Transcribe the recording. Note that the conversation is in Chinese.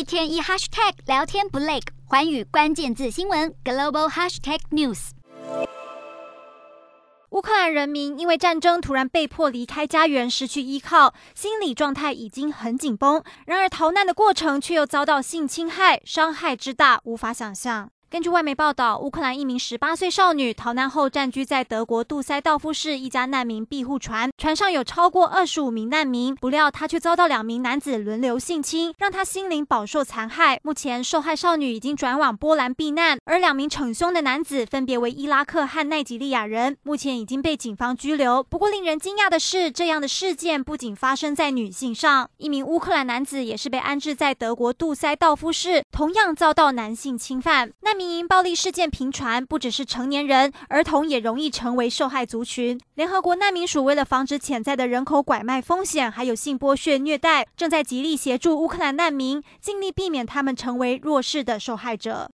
天一 hashtag 聊天不累，寰宇关键字新闻 global hashtag news。 乌克兰人民因为战争突然被迫离开家园，失去依靠，心理状态已经很紧绷。然而逃难的过程却又遭到性侵害，伤害之大无法想象。根据外媒报道，乌克兰一名18岁少女逃难后暂居在德国杜塞道夫市一家难民庇护船，船上有超过25名难民，不料她却遭到2名男子轮流性侵，让她心灵饱受残害。目前受害少女已经转往波兰避难，而2名逞凶的男子分别为伊拉克和奈及利亚人，目前已经被警方拘留。不过令人惊讶的是，这样的事件不仅发生在女性上，一名乌克兰男子也是被安置在德国杜塞道夫市，同样遭到男性侵犯。难民营暴力事件频传，不只是成年人，儿童也容易成为受害族群。联合国难民署为了防止潜在的人口拐卖风险，还有性剥削虐待，正在极力协助乌克兰难民，尽力避免他们成为弱势的受害者。